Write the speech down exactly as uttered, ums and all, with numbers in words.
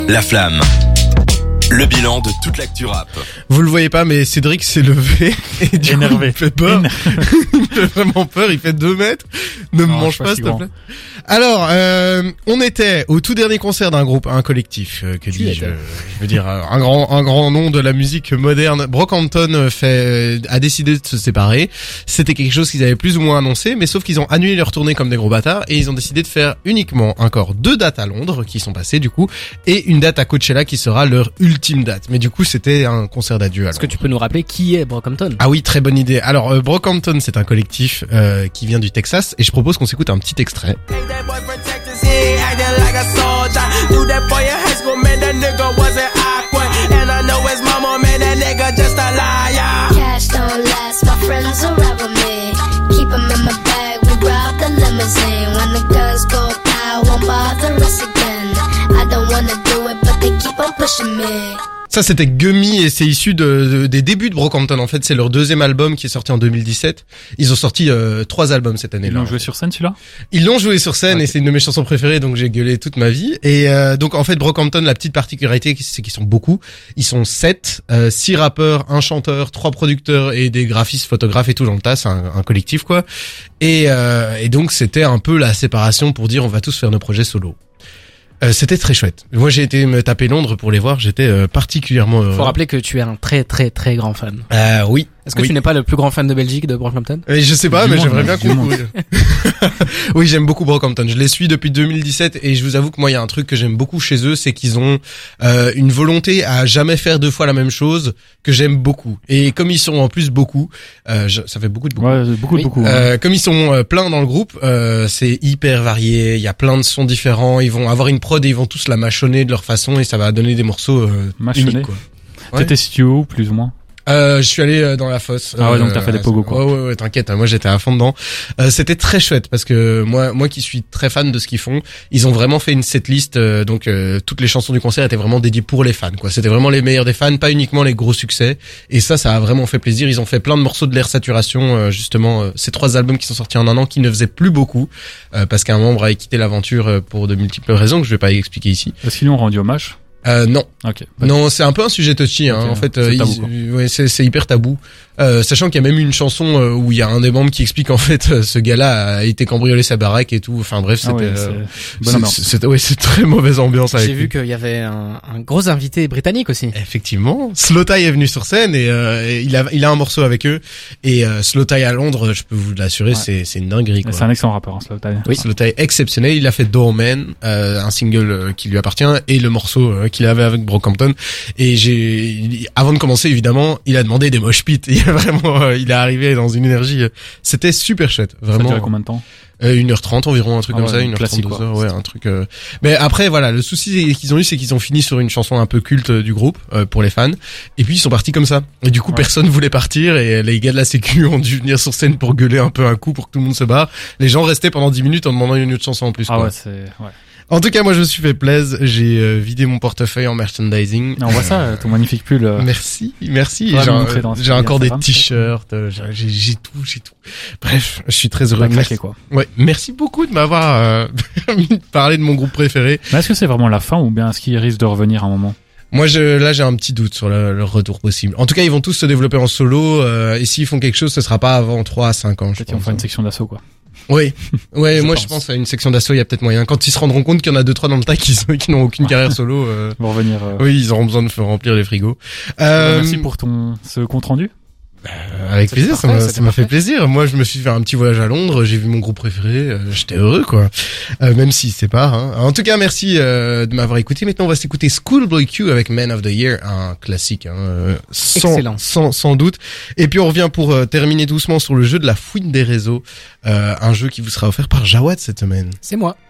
La Flamme. Le bilan de toute l'actu rap. Vous le voyez pas, mais Cédric s'est levé et du Énervé. coup, il me fait peur. Il me fait vraiment peur. Il fait deux mètres. Ne me Non, mange je suis pas, pas s'il si te grand. plaît. Alors, euh, on était au tout dernier concert d'un groupe, un collectif, euh, que Qui dis-je, était euh, je veux dire, euh, un grand, un grand nom de la musique moderne. Brockhampton fait, a décidé de se séparer. C'était quelque chose qu'ils avaient plus ou moins annoncé, mais sauf qu'ils ont annulé leur tournée comme des gros bâtards et ils ont décidé de faire uniquement encore deux dates à Londres qui sont passées du coup et une date à Coachella qui sera leur ultime date. Mais du coup, c'était un concert d'adieu. Est-ce que tu peux nous rappeler qui est Brockhampton? Ah oui, très bonne idée. Alors, euh, Brockhampton, c'est un collectif euh, qui vient du Texas et je propose qu'on s'écoute un petit extrait. Ain't that boy protect his head, acting like a soldier. Do that for your high school, man, that nigga wasn't awkward. And I know his mama, man, that nigga just a liar. Cash don't last, my friends will ride with me. Keep 'em in my bag, we rob the limousine. When the guns go pow, won't bother us again. I don't wanna do it, but they keep on pushing me. Ça, c'était Gummy et c'est issu de, de- des débuts de Brockhampton. En fait, c'est leur deuxième album qui est sorti en deux mille dix-sept. Ils ont sorti euh, trois albums cette Ils année-là. l'ont joué sur scène celui-là? Ils l'ont joué sur scène Ok. et c'est une de mes chansons préférées, donc j'ai gueulé toute ma vie. Et euh, donc en fait, Brockhampton, la petite particularité, c'est qu'ils sont beaucoup. Ils sont sept, euh, six rappeurs, un chanteur, trois producteurs et des graphistes, photographes et tout dans le tas. C'est un, un collectif quoi. Et, euh, et donc c'était un peu la séparation pour dire on va tous faire nos projets solo. Euh, c'était très chouette. Moi, j'ai été me taper Londres pour les voir. J'étais euh, particulièrement heureux. Faut rappeler que tu es un très très très grand fan. Euh, oui. Est-ce que oui. tu n'es pas le plus grand fan de Belgique de Brockhampton? Euh, Je sais pas, Du mais monde, j'aimerais bien du concourir. Oui, j'aime beaucoup Brockhampton. Je les suis depuis deux mille dix-sept et je vous avoue que moi, il y a un truc que j'aime beaucoup chez eux, c'est qu'ils ont euh, une volonté à jamais faire deux fois la même chose que j'aime beaucoup. Et comme ils sont en plus beaucoup, euh, je- ça fait beaucoup de beaucoup. Ouais, beaucoup, Oui. beaucoup. hein. Euh, comme ils sont euh, plein dans le groupe, euh, c'est hyper varié. Il y a plein de sons différents. Ils vont avoir une prod et ils vont tous la mâchonner de leur façon et ça va donner des morceaux euh, Mâchonner. uniques. Quoi. ouais. T'étais situé où, plus ou moins? Euh, je suis allé euh, dans la fosse. Ah ouais, donc t'as fait des pogos, quoi. Ouais, ouais, ouais, t'inquiète, hein, moi j'étais à fond dedans. Euh, c'était très chouette parce que moi, moi qui suis très fan de ce qu'ils font, ils ont vraiment fait une setlist. Euh, donc euh, toutes les chansons du concert étaient vraiment dédiées pour les fans, quoi. C'était vraiment les meilleurs des fans, pas uniquement les gros succès. Et ça, ça a vraiment fait plaisir. Ils ont fait plein de morceaux de l'air saturation, euh, justement. Euh, ces trois albums qui sont sortis en un an, qui ne faisaient plus beaucoup euh, parce qu'un membre avait quitté l'aventure euh, pour de multiples raisons que je vais pas expliquer ici. Est-ce qu'ils lui ont rendu hommage? Euh, non. Ok. Non, c'est un peu un sujet touchy. Hein. Ok, en fait, c'est euh, tabou, ils- quoi. ouais, c'est, c'est hyper tabou. Euh, sachant qu'il y a même une chanson euh, où il y a un des membres qui explique en fait euh, ce gars-là a été cambriolé sa baraque et tout. Enfin bref, Ah c'était, ouais, euh, c'est bonne c'est, ambiance. c'est- c'était- ouais, c'est très mauvaise ambiance avec J'ai lui. vu qu'il y avait un, un gros invité britannique aussi. Effectivement, Slowthai est venu sur scène et, euh, et il a il a un morceau avec eux et euh, Slowthai à Londres, je peux vous l'assurer, Ouais. c'est c'est une dinguerie quoi. C'est un excellent rappeur, hein, Slowthai. Oui. Slowthai exceptionnel, il a fait Doorman, euh, un single euh, qui lui appartient et le morceau euh, qu'il avait avec Brockhampton. Et j'ai, avant de commencer évidemment, il a demandé des mosh pits. Il a vraiment, euh, il est arrivé dans une énergie. euh, C'était super chouette, Ça vraiment. durait combien de temps? Euh, une heure trente environ, un truc Ah comme ouais, ça, donc une heure classique, trente, deux quoi. heures, ouais, un truc. euh. Mais après, voilà, le souci qu'ils ont eu, c'est qu'ils ont fini sur une chanson un peu culte euh, du groupe euh, pour les fans. Et puis ils sont partis comme ça. Et du coup, Ouais. personne voulait partir et les gars de la Sécu ont dû venir sur scène pour gueuler un peu un coup pour que tout le monde se barre. Les gens restaient pendant dix minutes en demandant une autre chanson en plus. Ah quoi. ouais, c'est, ouais. En tout cas, moi, je me suis fait plaisir. J'ai euh, vidé mon portefeuille en merchandising. Non, on voit ça, ton magnifique pull. euh, Merci, merci. Faudra J'ai me un- montrer dans- j'ai encore des Instagram, t-shirts, euh, j'ai, j'ai- j'ai tout, j'ai tout. Bref, je suis très T'as heureux. craqué, Merci. quoi. Ouais, merci beaucoup de m'avoir euh, permis de parler de mon groupe préféré. Mais est-ce que c'est vraiment la fin ou bien est-ce qu'il risque de revenir à un moment? Moi, je, là, j'ai un petit doute sur le- leur retour possible. En tout cas, ils vont tous se développer en solo. Euh, et s'ils font quelque chose, ce sera pas avant trois à cinq ans. Je Peut-être qu'ils vont pense. faire une section d'assaut, quoi. Oui, ouais, Je moi, pense. je pense à une section d'assaut. Il y a peut-être moyen. Quand ils se rendront compte qu'il y en a deux trois dans le tas qui, sont- qui n'ont aucune carrière solo. Euh, Ils vont revenir. euh, oui, ils auront besoin de faire remplir les frigos. Euh, Merci pour ton, ce compte rendu. Euh, avec C'était plaisir, ça parfait, m'a, c'était ça m'a fait parfait. plaisir. Moi, je me suis fait un petit voyage à Londres, j'ai vu mon groupe préféré, euh, j'étais heureux, quoi. Euh, même s'il se sépare. Hein. En tout cas, merci euh, de m'avoir écouté. Maintenant, on va s'écouter Schoolboy Q avec Man of the Year, un classique, hein, euh, sans, Excellent. sans, sans doute. Et puis, on revient pour euh, terminer doucement sur le jeu de la fouine des réseaux, euh, un jeu qui vous sera offert par Jawad cette semaine. C'est moi.